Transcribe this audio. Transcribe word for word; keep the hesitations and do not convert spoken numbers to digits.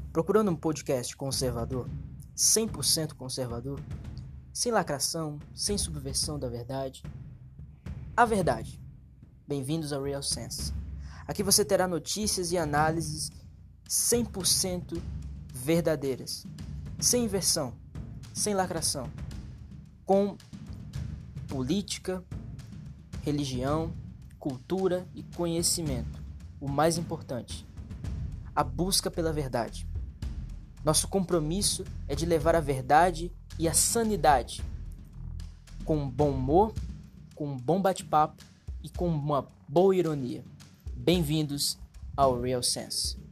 Procurando um podcast conservador, cem por cento conservador, sem lacração, sem subversão da verdade. A verdade. Bem-vindos ao Real Sense. Aqui você terá notícias e análises cem por cento verdadeiras, sem inversão, sem lacração, com política, religião, cultura e conhecimento. O mais importante, a busca pela verdade. Nosso compromisso é de levar a verdade e a sanidade com um bom humor, com um bom bate-papo e com uma boa ironia. Bem-vindos ao Real Sense.